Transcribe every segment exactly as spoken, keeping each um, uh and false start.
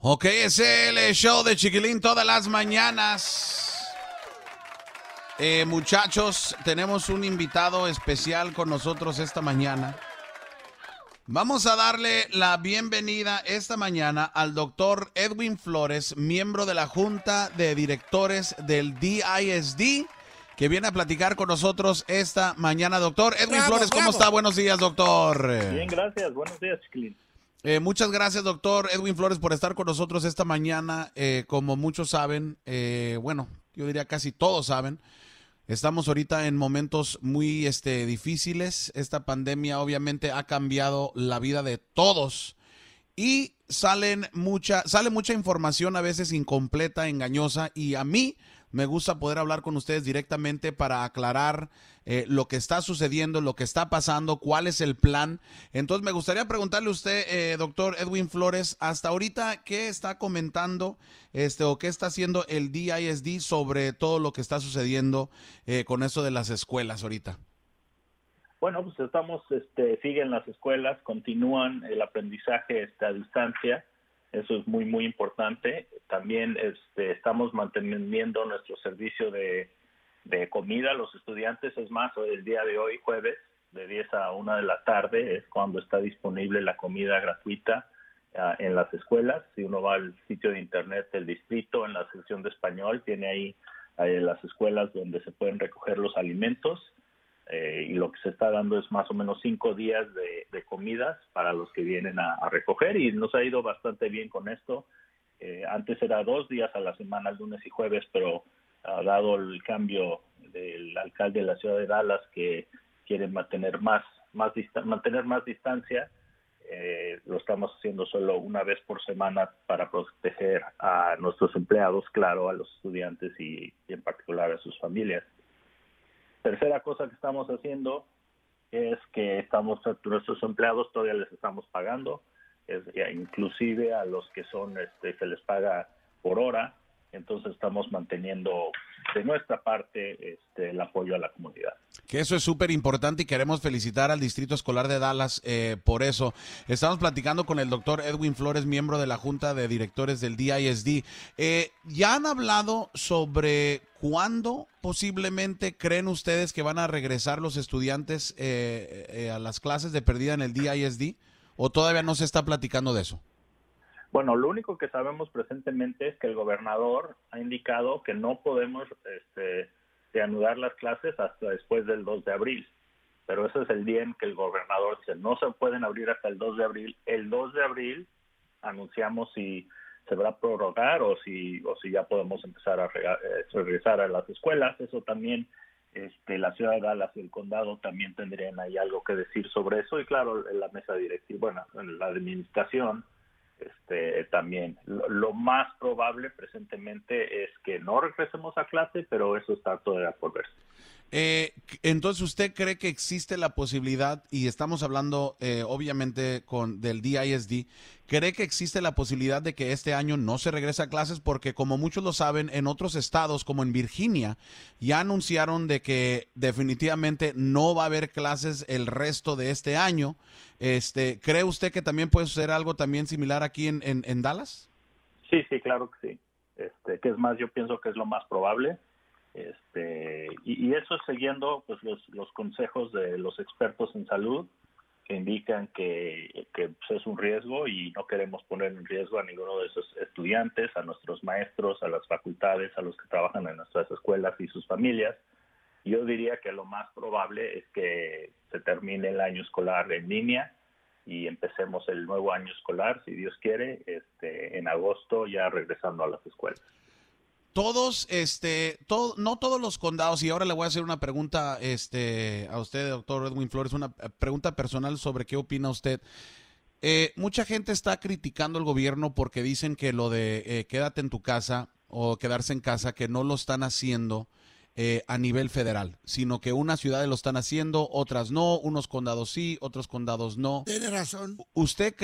Ok, es el show de Chiquilín todas las mañanas. Eh, muchachos, tenemos un invitado especial con nosotros esta mañana. Vamos a darle la bienvenida esta mañana al doctor Edwin Flores, miembro de la Junta de Directores del D I S D, que viene a platicar con nosotros esta mañana. Doctor Edwin Bravo, Flores, ¿cómo bravo. está? Buenos días, doctor. Bien, gracias. Buenos días, Chiquilín. Eh, muchas gracias, doctor Edwin Flores, por estar con nosotros esta mañana. Eh, como muchos saben, eh, bueno, yo diría casi todos saben, estamos ahorita en momentos muy este, difíciles. Esta pandemia obviamente ha cambiado la vida de todos y salen mucha, sale mucha información a veces incompleta, engañosa, y a mí me gusta poder hablar con ustedes directamente para aclarar eh, lo que está sucediendo, lo que está pasando, cuál es el plan. Entonces me gustaría preguntarle a usted, eh, doctor Edwin Flores, hasta ahorita, ¿qué está comentando este, o qué está haciendo el D I S D sobre todo lo que está sucediendo eh, con eso de las escuelas ahorita? Bueno, pues estamos, este, siguen las escuelas, continúan el aprendizaje este, a distancia. Eso es muy, muy importante. También este, estamos manteniendo nuestro servicio de, de comida a los estudiantes. Es más, hoy, el día de hoy, jueves, de diez a una de la tarde, es cuando está disponible la comida gratuita uh, en las escuelas. Si uno va al sitio de internet del distrito, en la sección de español, tiene ahí eh, las escuelas donde se pueden recoger los alimentos. Eh, y lo que se está dando es más o menos cinco días de, de comidas para los que vienen a, a recoger, y nos ha ido bastante bien con esto. Eh, antes era dos días a la semana, lunes y jueves, pero uh, dado el cambio del alcalde de la ciudad de Dallas, que quiere mantener más, más, dista- mantener más distancia, eh, lo estamos haciendo solo una vez por semana para proteger a nuestros empleados, claro, a los estudiantes y, y en particular a sus familias. Tercera cosa que estamos haciendo es que estamos a nuestros empleados todavía les estamos pagando, es, inclusive a los que son este se les paga por hora. Entonces estamos manteniendo de nuestra parte este, el apoyo a la comunidad. Que eso es súper importante y queremos felicitar al Distrito Escolar de Dallas eh, por eso. Estamos platicando con el doctor Edwin Flores, miembro de la Junta de Directores del D I S D. Eh, ¿Ya han hablado sobre cuándo posiblemente creen ustedes que van a regresar los estudiantes eh, eh, a las clases de perdida en el D I S D? ¿O todavía no se está platicando de eso? Bueno, lo único que sabemos presentemente es que el gobernador ha indicado que no podemos este, reanudar las clases hasta después del dos de abril. Pero ese es el día en que el gobernador dice no se pueden abrir hasta el dos de abril. El dos de abril anunciamos si se va a prorrogar o si o si ya podemos empezar a rega- eh, regresar a las escuelas. Eso también, este, la ciudad de Dallas y el condado también tendrían ahí algo que decir sobre eso. Y claro, en la mesa directiva, bueno, en la administración, Este, también. Lo, lo más probable presentemente es que no regresemos a clase, pero eso está todavía por verse. Eh, entonces, ¿usted cree que existe la posibilidad, y estamos hablando eh, obviamente con del D I S D, cree que existe la posibilidad de que este año no se regrese a clases? Porque como muchos lo saben, en otros estados como en Virginia ya anunciaron de que definitivamente no va a haber clases el resto de este año. Este, ¿cree usted que también puede suceder algo también similar aquí en, en, en Dallas? Sí, sí, claro que sí. Este, que es más, yo pienso que es lo más probable. Este, y, y eso es siguiendo pues los, los consejos de los expertos en salud, que indican que, que pues, es un riesgo y no queremos poner en riesgo a ninguno de esos estudiantes, a nuestros maestros, a las facultades, a los que trabajan en nuestras escuelas y sus familias. Yo diría que lo más probable es que se termine el año escolar en línea y empecemos el nuevo año escolar, si Dios quiere, este, en agosto, ya regresando a las escuelas. Todos, este, todo, no todos los condados, y ahora le voy a hacer una pregunta este, a usted, doctor Edwin Flores, una pregunta personal sobre qué opina usted. Eh, mucha gente está criticando al gobierno porque dicen que lo de eh, quédate en tu casa o quedarse en casa, que no lo están haciendo eh, a nivel federal, sino que unas ciudades lo están haciendo, otras no, unos condados sí, otros condados no. Tiene razón. ¿Usted cree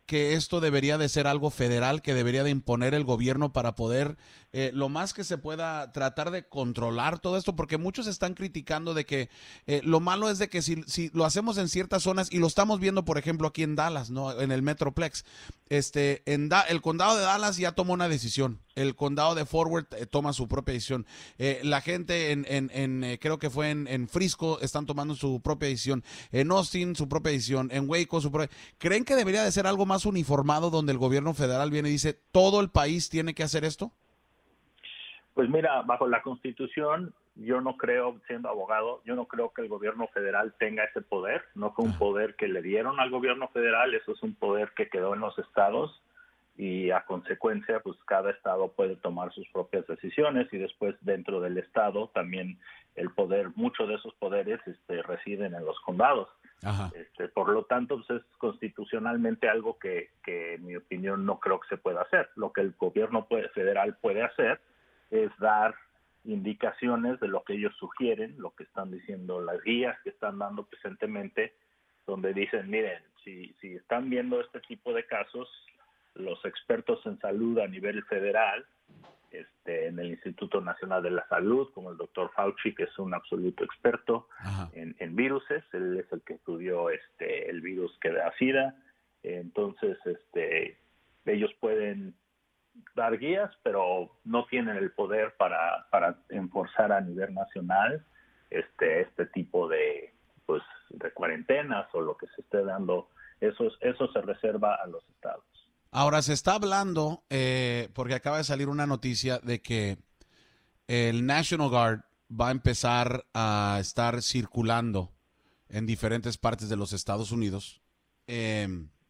que esto debería de ser algo federal, que debería de imponer el gobierno para poder, eh, lo más que se pueda, tratar de controlar todo esto? Porque muchos están criticando de que eh, lo malo es de que si, si lo hacemos en ciertas zonas, y lo estamos viendo, por ejemplo, aquí en Dallas, ¿no? En el Metroplex, este, en da el condado de Dallas ya tomó una decisión, el condado de Fort Worth eh, toma su propia decisión, eh, la gente en, en, en eh, creo que fue en, en Frisco, están tomando su propia decisión, en Austin su propia decisión, en Waco su propia. ¿Creen que debería de ser algo más uniformado donde el gobierno federal viene y dice todo el país tiene que hacer esto? Pues mira, bajo la Constitución, yo no creo, siendo abogado, yo no creo que el gobierno federal tenga ese poder. No fue un poder que le dieron al gobierno federal, eso es un poder que quedó en los estados, y a consecuencia, pues cada estado puede tomar sus propias decisiones, y después dentro del estado también el poder, muchos de esos poderes este, residen en los condados. Ajá. Este, por lo tanto, pues es constitucionalmente algo que, que, en mi opinión, no creo que se pueda hacer. Lo que el gobierno puede, federal puede hacer es dar indicaciones de lo que ellos sugieren, lo que están diciendo las guías que están dando presentemente, donde dicen, miren, si, si están viendo este tipo de casos, los expertos en salud a nivel federal, este, en el Instituto Nacional de la Salud, como el doctor Fauci, que es un absoluto experto en, en viruses, él es el que estudió este, el virus que da SIDA, entonces este, ellos pueden dar guías, pero no tienen el poder para, para enforzar a nivel nacional este, este tipo de, pues, de cuarentenas o lo que se esté dando. Eso, eso se reserva a los estados. Ahora se está hablando, eh, porque acaba de salir una noticia de que el National Guard va a empezar a estar circulando en diferentes partes de los Estados Unidos. Eh,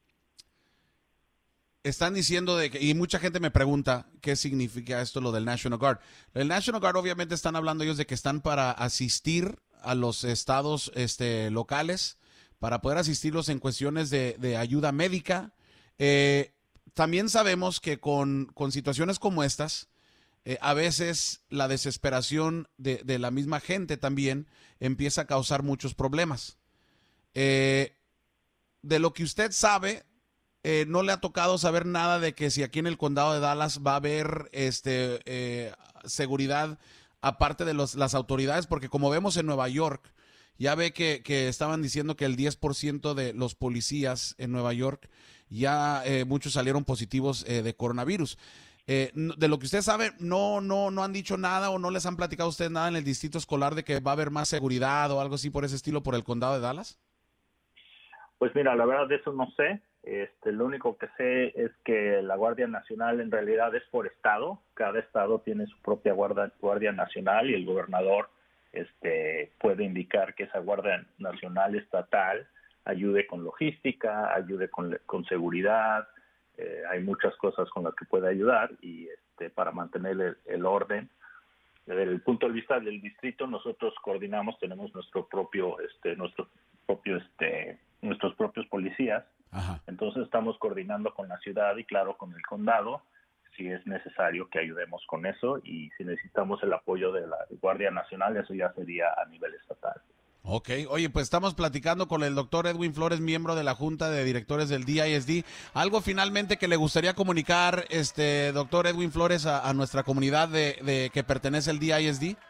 están diciendo de que, y mucha gente me pregunta qué significa esto, lo del National Guard. El National Guard obviamente están hablando ellos de que están para asistir a los estados este, locales, para poder asistirlos en cuestiones de, de ayuda médica. Eh, también sabemos que con, con situaciones como estas, eh, a veces la desesperación de, de la misma gente también empieza a causar muchos problemas. Eh, de lo que usted sabe, eh, no le ha tocado saber nada de que si aquí en el condado de Dallas va a haber este, eh, seguridad aparte de los, las autoridades, porque como vemos en Nueva York, ya ve que, que estaban diciendo que el diez por ciento de los policías en Nueva York ya eh, muchos salieron positivos eh, de coronavirus. Eh, de lo que usted sabe, no, no, no han dicho nada o no les han platicado a ustedes nada en el distrito escolar de que va a haber más seguridad o algo así por ese estilo por el condado de Dallas. Pues mira, la verdad de eso no sé. Este, lo único que sé es que la Guardia Nacional en realidad es por estado. Cada estado tiene su propia guardia, guardia nacional, y el gobernador este, puede indicar que esa Guardia Nacional estatal ayude con logística, ayude con, con seguridad. Eh, hay muchas cosas con las que puede ayudar, y este, para mantener el, el orden. Desde el punto de vista del distrito, nosotros coordinamos, tenemos nuestro propio, este, nuestro propio, este, nuestros propios policías. Ajá. Entonces estamos coordinando con la ciudad y claro con el condado si es necesario que ayudemos con eso, y si necesitamos el apoyo de la Guardia Nacional, eso ya sería a nivel estatal. Ok, oye, pues estamos platicando con el doctor Edwin Flores, miembro de la Junta de Directores del D I S D. ¿Algo finalmente que le gustaría comunicar, este doctor Edwin Flores, a, a nuestra comunidad de, de que pertenece al D I S D?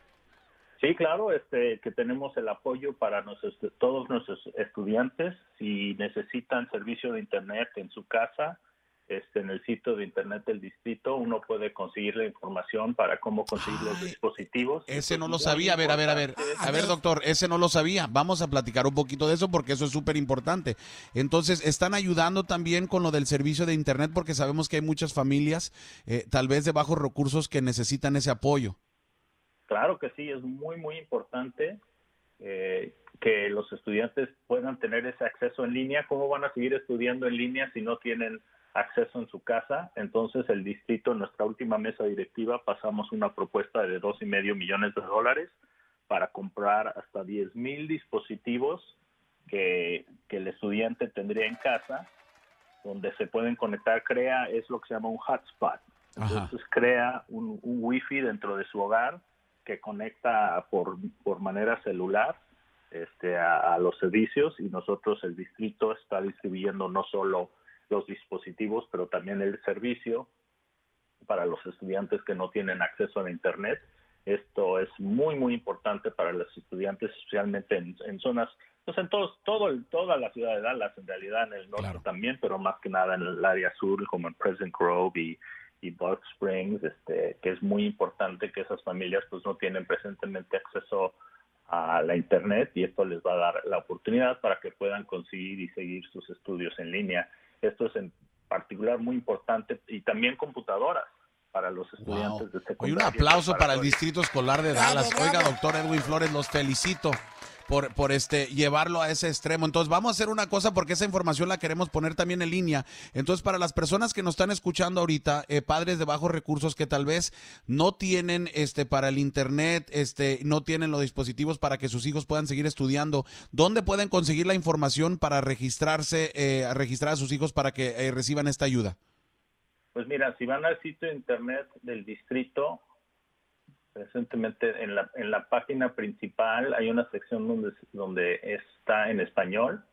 Sí, claro, este, que tenemos el apoyo para nuestros, todos nuestros estudiantes. Si necesitan servicio de internet en su casa, este, en el sitio de internet del distrito, uno puede conseguir la información para cómo conseguir Ay, los dispositivos. Ese no lo sabía. A ver, a ver, a ver. A ver, doctor, ese no lo sabía. Vamos a platicar un poquito de eso porque eso es súper importante. Entonces, ¿están ayudando también con lo del servicio de internet? Porque sabemos que hay muchas familias, eh, tal vez de bajos recursos, que necesitan ese apoyo. Claro que sí, es muy, muy importante eh, que los estudiantes puedan tener ese acceso en línea. ¿Cómo van a seguir estudiando en línea si no tienen acceso en su casa? Entonces, el distrito, en nuestra última mesa directiva, pasamos una propuesta de dos y medio millones de dólares para comprar hasta diez mil dispositivos que, que el estudiante tendría en casa, donde se pueden conectar. Crea, es lo que se llama un hotspot. Entonces, Ajá. crea un, un wifi dentro de su hogar que conecta por, por manera celular este, a, a los servicios, y nosotros, el distrito, está distribuyendo no solo los dispositivos, pero también el servicio para los estudiantes que no tienen acceso a la Internet. Esto es muy, muy importante para los estudiantes, especialmente en, en zonas, pues en todos, todo el, toda la ciudad de Dallas, en realidad en el norte claro. también, pero más que nada en el área sur, como en Pleasant Grove y, y Bulk Springs, este, que es muy importante que esas familias pues no tienen presentemente acceso a la Internet, y esto les va a dar la oportunidad para que puedan conseguir y seguir sus estudios en línea. Esto es en particular muy importante, y también computadoras para los estudiantes wow. de secundaria. Hoy un aplauso para el Distrito Escolar de Dallas. Oiga, doctor Edwin Flores, los felicito por, por este llevarlo a ese extremo. Entonces vamos a hacer una cosa, porque esa información la queremos poner también en línea. Entonces, para las personas que nos están escuchando ahorita, eh, padres de bajos recursos que tal vez no tienen este para el internet, este no tienen los dispositivos para que sus hijos puedan seguir estudiando, ¿dónde pueden conseguir la información para registrarse, eh, a registrar a sus hijos para que eh, reciban esta ayuda? Pues mira, si van al sitio de internet del distrito, presentemente en la, en la página principal hay una sección donde, donde está en español.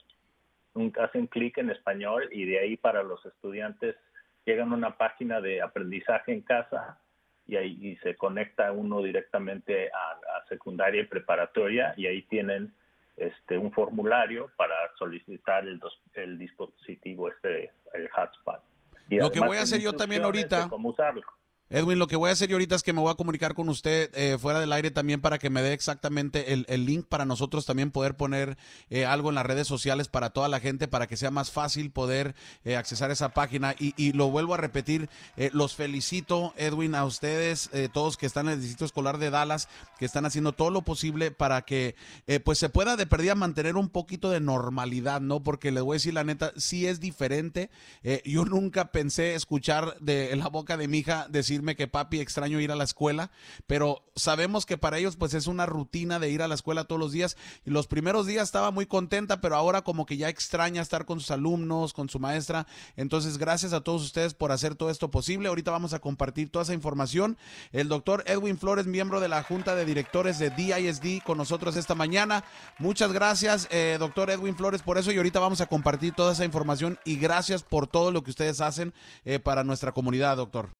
Hacen clic en español y de ahí para los estudiantes llegan a una página de aprendizaje en casa, y ahí y se conecta uno directamente a, a secundaria y preparatoria, y ahí tienen este un formulario para solicitar el, dos, el dispositivo, este el hotspot. Y lo que voy a hacer yo también ahorita, cómo usarlo. Edwin, lo que voy a hacer yo ahorita es que me voy a comunicar con usted eh, fuera del aire también, para que me dé exactamente el, el link para nosotros también poder poner eh, algo en las redes sociales para toda la gente, para que sea más fácil poder eh, accesar esa página. Y, y lo vuelvo a repetir, eh, los felicito, Edwin, a ustedes, eh, todos que están en el Distrito Escolar de Dallas, que están haciendo todo lo posible para que eh, pues se pueda de perdida mantener un poquito de normalidad, ¿no? Porque les voy a decir la neta, sí es diferente. Eh, yo nunca pensé escuchar de la boca de mi hija decir que papi, extraño ir a la escuela, pero sabemos que para ellos pues es una rutina de ir a la escuela todos los días, y los primeros días estaba muy contenta, pero ahora como que ya extraña estar con sus alumnos, con su maestra. Entonces, gracias a todos ustedes por hacer todo esto posible. Ahorita vamos a compartir toda esa información. El doctor Edwin Flores, miembro de la Junta de Directores de D I S D, con nosotros esta mañana. Muchas gracias, eh, doctor Edwin Flores, por eso, y ahorita vamos a compartir toda esa información, y gracias por todo lo que ustedes hacen eh, para nuestra comunidad, doctor.